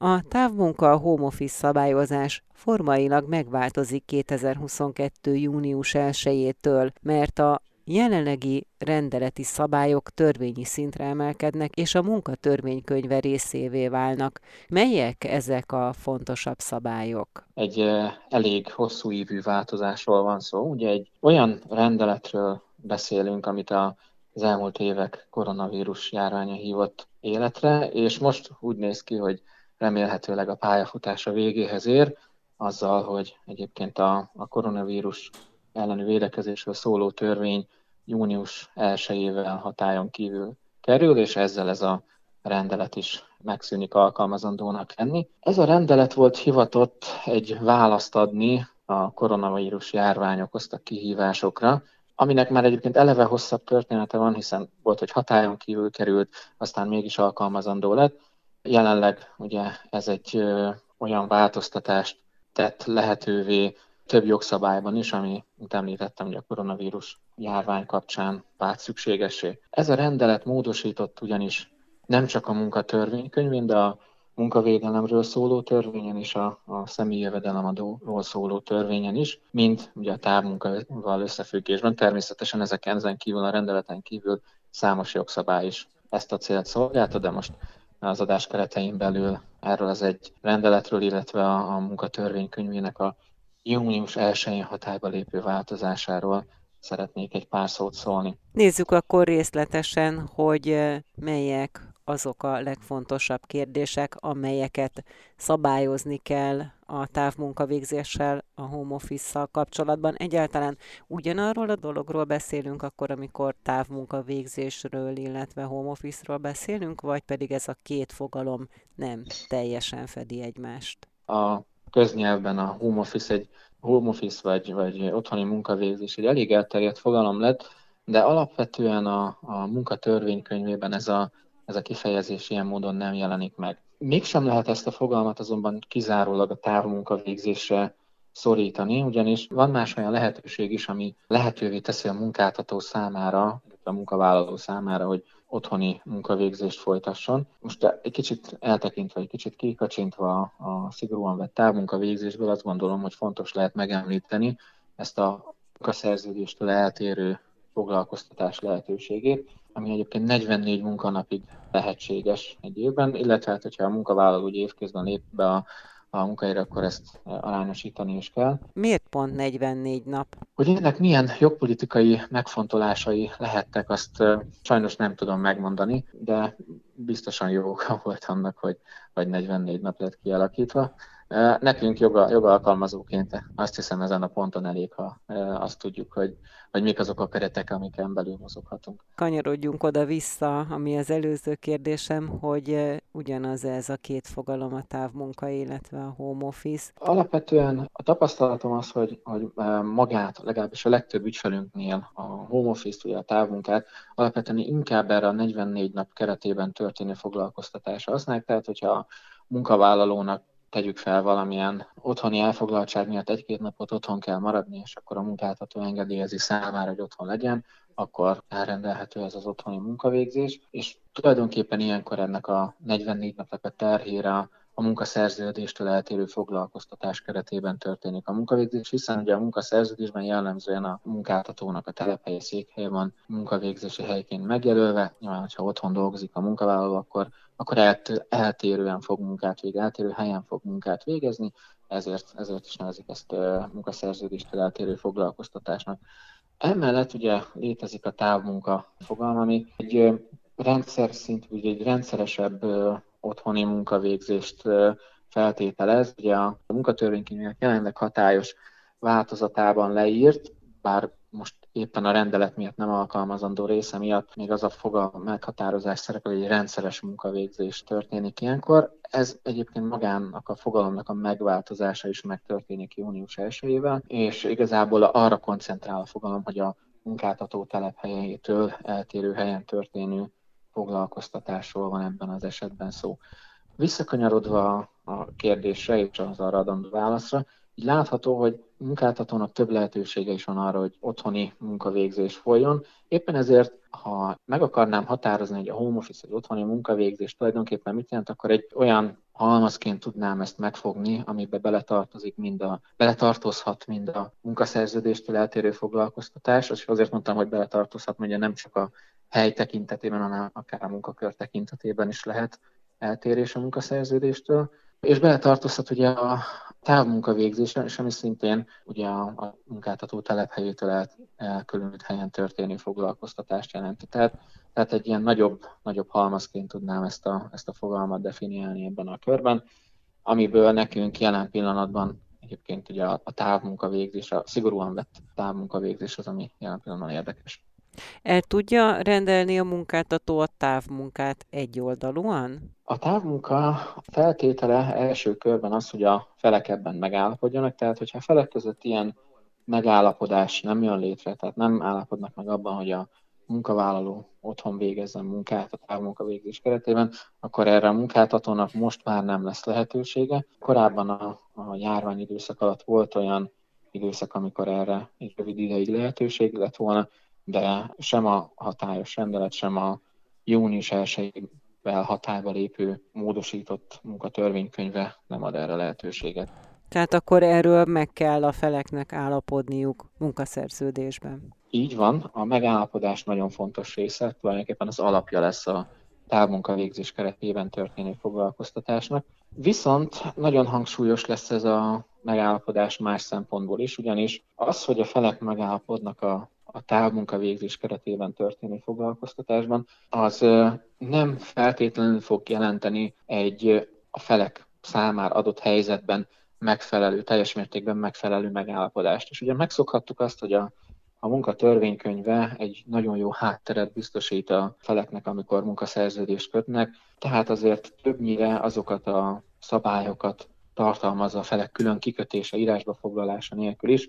A távmunka, a home office szabályozás formailag megváltozik 2022. június 1-től, mert a jelenlegi rendeleti szabályok törvényi szintre emelkednek, és a munkatörvénykönyve részévé válnak. Melyek ezek a fontosabb szabályok? Egy elég hosszú ívű változásról van szó. Ugye egy olyan rendeletről beszélünk, amit az elmúlt évek koronavírus járványa hívott életre, és most úgy néz ki, hogy remélhetőleg a pályafutása végéhez ér, azzal, hogy egyébként a koronavírus elleni védekezésről szóló törvény június 1-ével hatályon kívül kerül, és ezzel ez a rendelet is megszűnik alkalmazandónak lenni. Ez a rendelet volt hivatott egy választ adni a koronavírus járvány okozta kihívásokra, aminek már egyébként eleve hosszabb története van, hiszen volt, hogy hatályon kívül került, aztán mégis alkalmazandó lett. Jelenleg ugye ez egy olyan változtatást tett lehetővé több jogszabályban is, ami, mint említettem, ugye a koronavírus járvány kapcsán vált szükségessé. Ez a rendelet módosított ugyanis nem csak a munkatörvénykönyvén, de a munkavédelemről szóló törvényen és a személyi jövedelemadóról szóló törvényen is, mint ugye a távmunkával összefüggésben. Természetesen ezen kívül, a rendeleten kívül számos jogszabály is ezt a célt szolgálta, de most az adás keretein belül erről az egy rendeletről, illetve a munkatörvénykönyvének a június 1-én hatályba lépő változásáról szeretnék egy pár szót szólni. Nézzük akkor részletesen, hogy melyek azok a legfontosabb kérdések, amelyeket szabályozni kell a távmunkavégzéssel, a home office-szal kapcsolatban. Egyáltalán ugyanarról a dologról beszélünk akkor, amikor távmunkavégzésről, illetve home office-ról beszélünk, vagy pedig ez a két fogalom nem teljesen fedi egymást? A köznyelvben a home office vagy otthoni munkavégzés egy elég elterjedt fogalom lett, de alapvetően a munkatörvénykönyvében ez a kifejezés ilyen módon nem jelenik meg. Mégsem lehet ezt a fogalmat azonban kizárólag a távmunkavégzésre szorítani, ugyanis van más olyan lehetőség is, ami lehetővé teszi a munkáltató számára, a munkavállaló számára, hogy otthoni munkavégzést folytasson. Most egy kicsit eltekintve, egy kicsit kikacsintva a szigorúan vett távmunkavégzésből, azt gondolom, hogy fontos lehet megemlíteni ezt a munkaszerződéstől eltérő foglalkoztatás lehetőségét, ami egyébként 44 munkanapig lehetséges egy évben, illetve hát, hogyha a munkavállaló úgy évközben lép be a munkahelyre, akkor ezt arányosítani is kell. Miért pont 44 nap? Hogy ennek milyen jogpolitikai megfontolásai lehettek, azt sajnos nem tudom megmondani, de biztosan jó oka volt annak, hogy 44 nap lett kialakítva. Nekünk jogalkalmazóként azt hiszem ezen a ponton elég, ha azt tudjuk, hogy mik azok a keretek, amiken belül mozoghatunk. Kanyarodjunk oda-vissza, ami az előző kérdésem, hogy ugyanaz ez a két fogalom, a távmunka, illetve a home office. Alapvetően a tapasztalatom az, hogy magát, legalábbis a legtöbb ügyfelünknél a home office-t, ugye a távmunkát alapvetően inkább erre a 44 nap keretében történő foglalkoztatásra használják, tehát hogyha a munkavállalónak tegyük fel valamilyen otthoni elfoglaltság miatt egy-két napot otthon kell maradni, és akkor a munkáltató engedélyezi számára, hogy otthon legyen, akkor elrendelhető ez az otthoni munkavégzés, és tulajdonképpen ilyenkor ennek a 44 napnak a terhére a munkaszerződéstől eltérő foglalkoztatás keretében történik a munkavégzés, hiszen ugye a munkaszerződésben jellemzően a munkáltatónak a telephelye, székhelye van munkavégzési helyként megjelölve, nyilván, hogyha otthon dolgozik a munkavállaló, akkor eltérően fog munkát végezni, eltérő helyen fog munkát végezni, ezért is nevezik ezt munkaszerződéstől eltérő foglalkoztatásnak. Emellett ugye létezik a távmunka fogalma, ami egy rendszer szintű, egy rendszeresebb otthoni munkavégzést feltételez. Ugye a munkatörvénykönyvének jelenleg hatályos változatában leírt, bár most éppen a rendelet miatt nem alkalmazandó része miatt még az a meghatározás szerepel, hogy egy rendszeres munkavégzés történik ilyenkor. Ez egyébként magának a fogalomnak a megváltozása is megtörténik június 1-ével, és igazából arra koncentrál a fogalom, hogy a munkáltató telephelyétől eltérő helyen történő foglalkoztatásról van ebben az esetben szó. Visszakanyarodva a kérdésre és az arra adandó válaszra, így látható, hogy munkáltatónak több lehetősége is van arra, hogy otthoni munkavégzés folyjon. Éppen ezért ha meg akarnám határozni, hogy a home office, az otthoni munkavégzés tulajdonképpen mit jelent, akkor egy olyan halmazként tudnám ezt megfogni, amibe beletartozhat mind a munkaszerződéstől eltérő foglalkoztatás, és azért mondtam, hogy beletartozhat, mert ugye nem csak a hely tekintetében, hanem akár a munkakör tekintetében is lehet eltérés a munkaszerződéstől. És beletartozhat ugye a távmunkavégzésre, és ami szintén ugye a munkáltató telephelyétől elkülönült helyen történő foglalkoztatást jelenti. Tehát egy ilyen nagyobb halmazként tudnám ezt a fogalmat definiálni ebben a körben, amiből nekünk jelen pillanatban egyébként ugye a távmunkavégzés, a szigorúan vett távmunkavégzés az, ami jelen pillanatban érdekes. El tudja rendelni a munkáltató a távmunkát egyoldalúan? A távmunka feltétele első körben az, hogy a felek ebben megállapodjanak, tehát hogyha a felek között ilyen megállapodás nem jön létre, tehát nem állapodnak meg abban, hogy a munkavállaló otthon végezzen munkát a távmunkavégzés keretében, akkor erre a munkáltatónak most már nem lesz lehetősége. Korábban a járványidőszak alatt volt olyan időszak, amikor erre egy rövid ideig lehetőség lett volna, de sem a hatályos rendelet, sem a június 1-vel hatályba lépő módosított munkatörvénykönyve nem ad erre lehetőséget. Tehát akkor erről meg kell a feleknek állapodniuk munkaszerződésben. Így van, a megállapodás nagyon fontos része, tulajdonképpen az alapja lesz a távmunkavégzés keretében történő foglalkoztatásnak. Viszont nagyon hangsúlyos lesz ez a megállapodás más szempontból is, ugyanis az, hogy a felek megállapodnak a távmunkavégzés keretében történő foglalkoztatásban, az nem feltétlenül fog jelenteni egy a felek számára adott helyzetben teljes mértékben megfelelő megállapodást. És ugye megszokhattuk azt, hogy a munkatörvénykönyve egy nagyon jó hátteret biztosít a feleknek, amikor munkaszerződést kötnek, tehát azért többnyire azokat a szabályokat tartalmazza a felek külön kikötése, írásba foglalása nélkül is,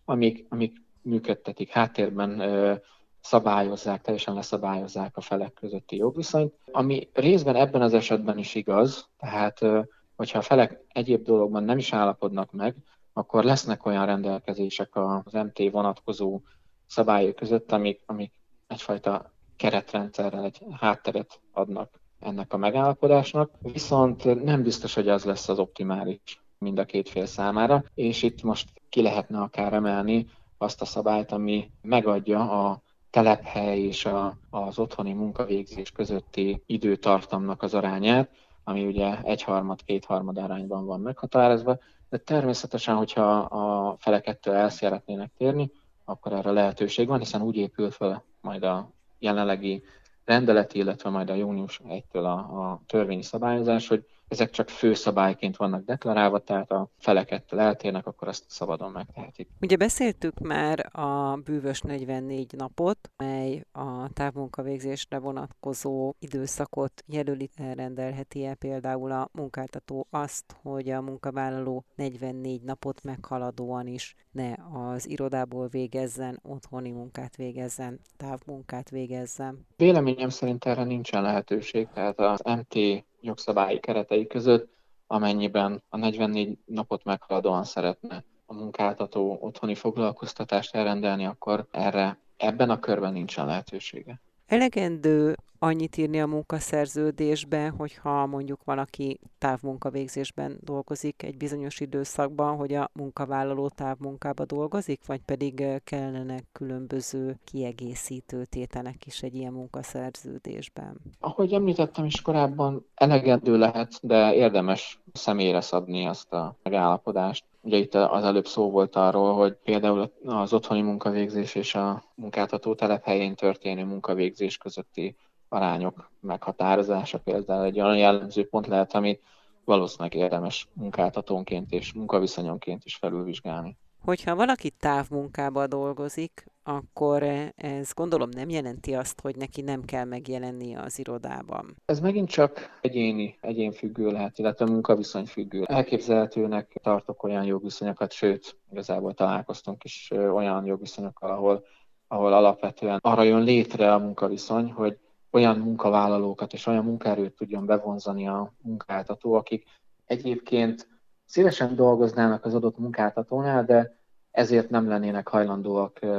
amik működtetik háttérben, szabályozzák, teljesen leszabályozzák a felek közötti jogviszonyt, ami részben ebben az esetben is igaz, tehát hogyha a felek egyéb dologban nem is állapodnak meg, akkor lesznek olyan rendelkezések az MT vonatkozó szabályok között, amik egyfajta keretrendszerrel egy hátteret adnak ennek a megállapodásnak, viszont nem biztos, hogy az lesz az optimális mind a két fél számára, és itt most ki lehetne akár emelni azt a szabályt, ami megadja a telephely és az otthoni munkavégzés közötti időtartamnak az arányát, ami ugye egyharmad-kétharmad arányban van meghatározva, de természetesen, hogyha a felek ettől el szeretnének térni, akkor erre lehetőség van, hiszen úgy épül fel majd a jelenlegi rendeleti, illetve majd a június 1-től a törvényi szabályozás, hogy ezek csak főszabályként vannak deklarálva, tehát a felek ettől eltérnek, akkor azt szabadon megtehetik. Ugye beszéltük már a bűvös 44 napot, mely a távmunkavégzésre vonatkozó időszakot jelöli, elrendelheti-e például a munkáltató azt, hogy a munkavállaló 44 napot meghaladóan is ne az irodából végezzen, otthoni munkát végezzen, távmunkát végezzen. Véleményem szerint erre nincsen lehetőség, tehát az MT jogszabályi keretei között, amennyiben a 44 napot meghaladóan szeretne a munkáltató otthoni foglalkoztatást elrendelni, akkor erre ebben a körben nincsen lehetősége. Elegendő annyit írni a munkaszerződésbe, hogyha mondjuk valaki távmunkavégzésben dolgozik egy bizonyos időszakban, hogy a munkavállaló távmunkába dolgozik, vagy pedig kellenek különböző kiegészítő tételek is egy ilyen munkaszerződésben? Ahogy említettem is korábban, elegendő lehet, de érdemes személyre szabni azt a megállapodást. Ugye itt az előbb szó volt arról, hogy például az otthoni munkavégzés és a munkáltató telephelyén történő munkavégzés közötti arányok meghatározása például egy olyan jellemző pont lehet, amit valószínűleg érdemes munkáltatónként és munkaviszonyonként is felülvizsgálni. Hogyha valaki távmunkába dolgozik, akkor ez gondolom nem jelenti azt, hogy neki nem kell megjelennie az irodában. Ez megint csak egyénfüggő lehet, illetve munkaviszonyfüggő. Elképzelhetőnek tartok olyan jogviszonyokat, sőt, igazából találkoztunk is olyan jogviszonyokkal, ahol alapvetően arra jön létre a munkaviszony, hogy olyan munkavállalókat és olyan munkaerőt tudjon bevonzani a munkáltató, akik egyébként szívesen dolgoznának az adott munkáltatónál, de ezért nem lennének hajlandóak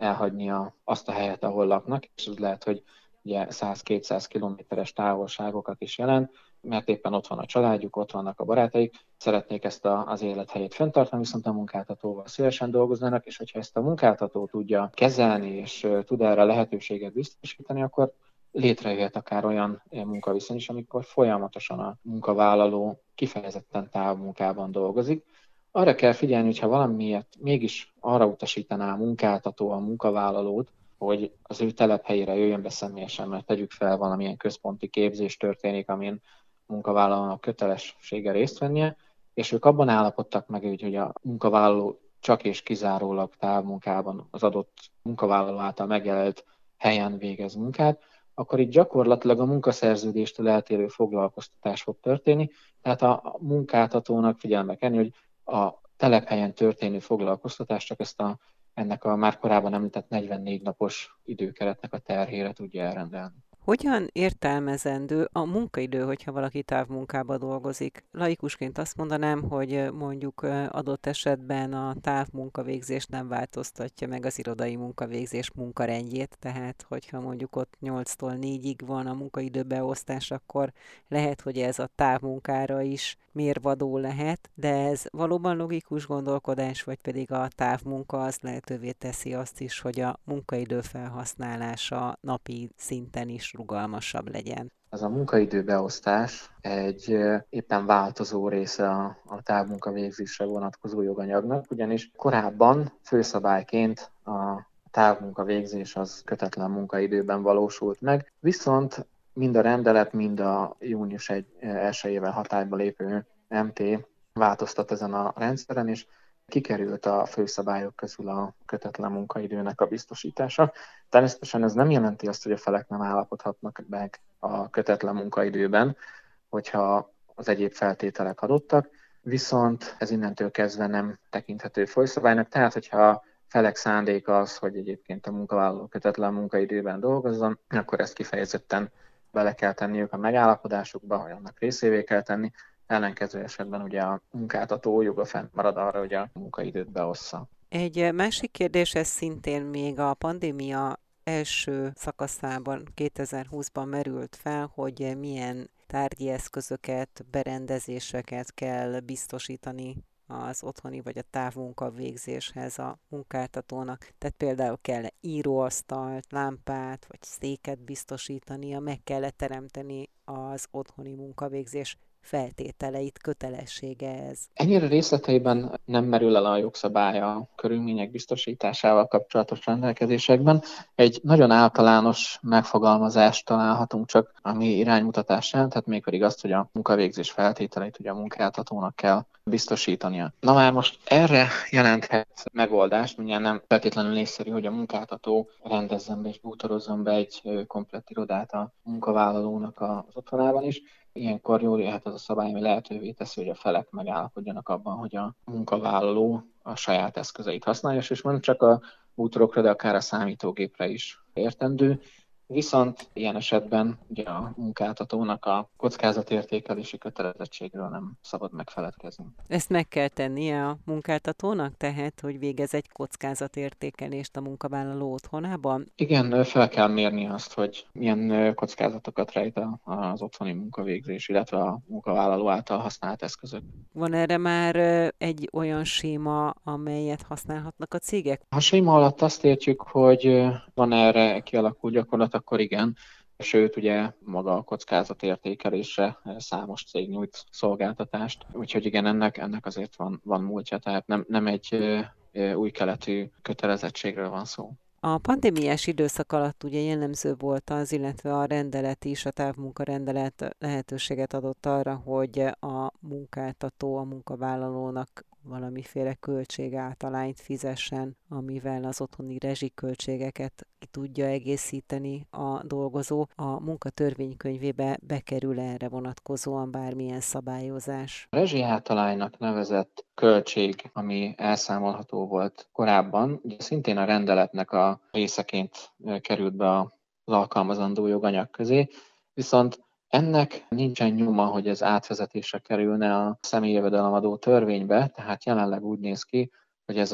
elhagyni azt a helyet, ahol laknak, és ez lehet, hogy ugye 100-200 kilométeres távolságokat is jelent, mert éppen ott van a családjuk, ott vannak a barátaik, szeretnék ezt az élethelyét fenntartani, viszont a munkáltatóval szívesen dolgoznának, és hogyha ezt a munkáltató tudja kezelni, és tud erre lehetőséget biztosítani, akkor létrejöhet akár olyan munkaviszony is, amikor folyamatosan a munkavállaló kifejezetten távmunkában dolgozik. Arra kell figyelni, hogyha valamiért mégis arra utasítaná a munkáltató a munkavállalót, hogy az ő telephelyére jöjjön be személyesen, mert tegyük fel, valamilyen központi képzés történik, amin a munkavállalónak kötelessége részt vennie, és ők abban állapodtak meg, hogy a munkavállaló csak és kizárólag távmunkában az adott munkavállaló által megjelölt helyen végez munkát, akkor itt gyakorlatilag a munkaszerződéstől eltérő foglalkoztatás fog történni, tehát a munkáltatónak figyelme kell, hogy a telephelyen történő foglalkoztatás csak ennek a már korábban említett 44 napos időkeretnek a terhére tudja elrendelni. Hogyan értelmezendő a munkaidő, hogyha valaki távmunkába dolgozik? Laikusként azt mondanám, hogy mondjuk adott esetben a távmunkavégzés nem változtatja meg az irodai munkavégzés munkarendjét, tehát hogyha mondjuk ott 8-tól 4-ig van a munkaidőbeosztás, akkor lehet, hogy ez a távmunkára is mérvadó lehet, de ez valóban logikus gondolkodás, vagy pedig a távmunka az lehetővé teszi azt is, hogy a munkaidő felhasználása napi szinten is rugalmasabb legyen. Ez a munkaidőbeosztás egy éppen változó része a távmunkavégzésre vonatkozó joganyagnak, ugyanis korábban főszabályként a távmunkavégzés az kötetlen munkaidőben valósult meg, viszont mind a rendelet, mind a június 1-ével hatályba lépő MT változtat ezen a rendszeren, és kikerült a főszabályok közül a kötetlen munkaidőnek a biztosítása. Természetesen ez nem jelenti azt, hogy a felek nem állapodhatnak meg a kötetlen munkaidőben, hogyha az egyéb feltételek adottak, viszont ez innentől kezdve nem tekinthető folyszabálynak, tehát hogyha a felek szándéka az, hogy egyébként a munkavállaló kötetlen munkaidőben dolgozzon, akkor ezt kifejezetten bele kell tenniük a megállapodásukba, hogy annak részévé kell tenni, ellenkező esetben ugye a munkáltató joga fennmarad arra, hogy a munkaidőt beossza. Egy másik kérdés, ez szintén még a pandémia első szakaszában, 2020-ban merült fel, hogy milyen tárgyi eszközöket, berendezéseket kell biztosítani az otthoni vagy a távmunka végzéshez a munkáltatónak. Tehát például kell íróasztalt, lámpát vagy széket biztosítania, meg kell teremteni az otthoni munkavégzés feltételeit, kötelessége ez. Ennyire részleteiben nem merül el a jogszabály a körülmények biztosításával kapcsolatos rendelkezésekben. Egy nagyon általános megfogalmazást találhatunk csak a mi iránymutatásán, tehát mégpedig azt, hogy a munkavégzés feltételeit ugye a munkáltatónak kell biztosítania. Na már most erre jelenthet megoldást, mindjárt nem feltétlenül észszerű, hogy a munkáltató rendezzen be és bútorozzon be egy komplett irodát a munkavállalónak az otthonában is. Ilyenkor jól jöhet az a szabály, ami lehetővé teszi, hogy a felek megállapodjanak abban, hogy a munkavállaló a saját eszközeit használja, és nem csak a bútorokra, de akár a számítógépre is értendő. Viszont ilyen esetben ugye a munkáltatónak a kockázatértékelési kötelezettségről nem szabad megfeledkezni. Ezt meg kell tennie a munkáltatónak, tehát, hogy végez egy kockázatértékelést a munkavállaló otthonában? Igen, fel kell mérni azt, hogy milyen kockázatokat rejt az otthoni munkavégzés, illetve a munkavállaló által használt eszközök. Van erre már egy olyan séma, amelyet használhatnak a cégek? A séma alatt azt értjük, hogy van erre kialakult gyakorlat, akkor igen, sőt ugye maga a kockázatértékelésre számos cég nyújt szolgáltatást, úgyhogy igen, ennek azért van múltja, tehát nem egy új keletű kötelezettségről van szó. A pandémiás időszak alatt ugye jellemző volt az, illetve a rendelet is, a távmunkarendelet lehetőséget adott arra, hogy a munkáltató a munkavállalónak valamiféle költségáltalányt fizessen, amivel az otthoni rezsiköltségeket ki tudja egészíteni a dolgozó. A munkatörvénykönyvébe bekerül erre vonatkozóan bármilyen szabályozás. A rezsiáltalánynak nevezett költség, ami elszámolható volt korábban, ugye szintén a rendeletnek a részeként került be az alkalmazandó joganyag közé, viszont ennek nincsen nyoma, hogy ez átvezetésre kerülne a személyi jövedelemadó törvénybe, tehát jelenleg úgy néz ki, hogy ez az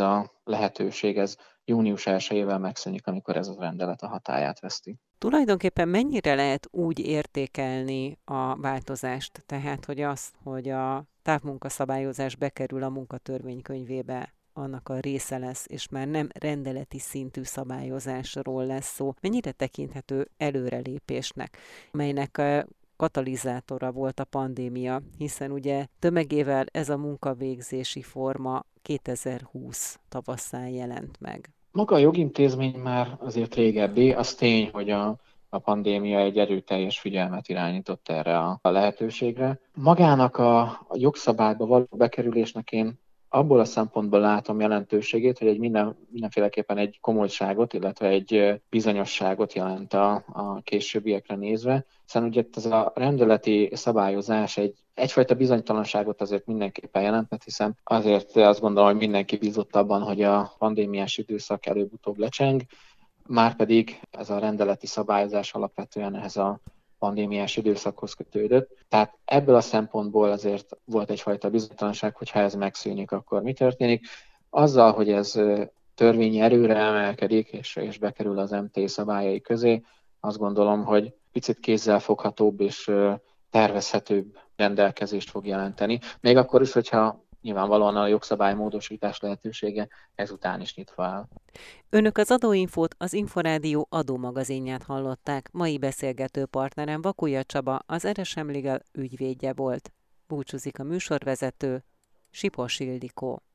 lehetőség ez június 1-ével megszűnik, amikor ez a rendelet a hatályát veszti. Tulajdonképpen mennyire lehet úgy értékelni a változást, tehát hogy a távmunkaszabályozás bekerül a munkatörvénykönyvébe, annak a része lesz, és már nem rendeleti szintű szabályozásról lesz szó. Mennyire tekinthető előrelépésnek, amelynek katalizátora volt a pandémia, hiszen ugye tömegével ez a munkavégzési forma 2020 tavasszán jelent meg. Maga a jogintézmény már azért régebbi, az tény, hogy a pandémia egy erőteljes figyelmet irányított erre a lehetőségre. Magának a jogszabályba való bekerülésnek én abból a szempontból látom jelentőségét, hogy mindenféleképpen egy komolyságot, illetve egy bizonyosságot jelent a későbbiekre nézve, hiszen ugye ez a rendeleti szabályozás egyfajta bizonytalanságot azért mindenképpen jelentett, hiszen azért azt gondolom, hogy mindenki bízott abban, hogy a pandémiás időszak előbb-utóbb lecseng, márpedig ez a rendeleti szabályozás alapvetően ehhez a pandémiás időszakhoz kötődött. Tehát ebből a szempontból azért volt egyfajta bizonytalanság, hogy ha ez megszűnik, akkor mi történik. Azzal, hogy ez törvényi erőre emelkedik, és bekerül az MT szabályai közé, azt gondolom, hogy picit kézzelfoghatóbb és tervezhetőbb rendelkezést fog jelenteni. Még akkor is, hogyha nyilvánvalóan a jogszabálymódosítás lehetősége ezután is nyitva áll. Önök az Adóinfót, az Inforádió adómagazinját hallották. Mai beszélgető partnerem Vakulja Csaba, az RSM Legal ügyvédje volt. Búcsúzik a műsorvezető, Sipos Ildikó.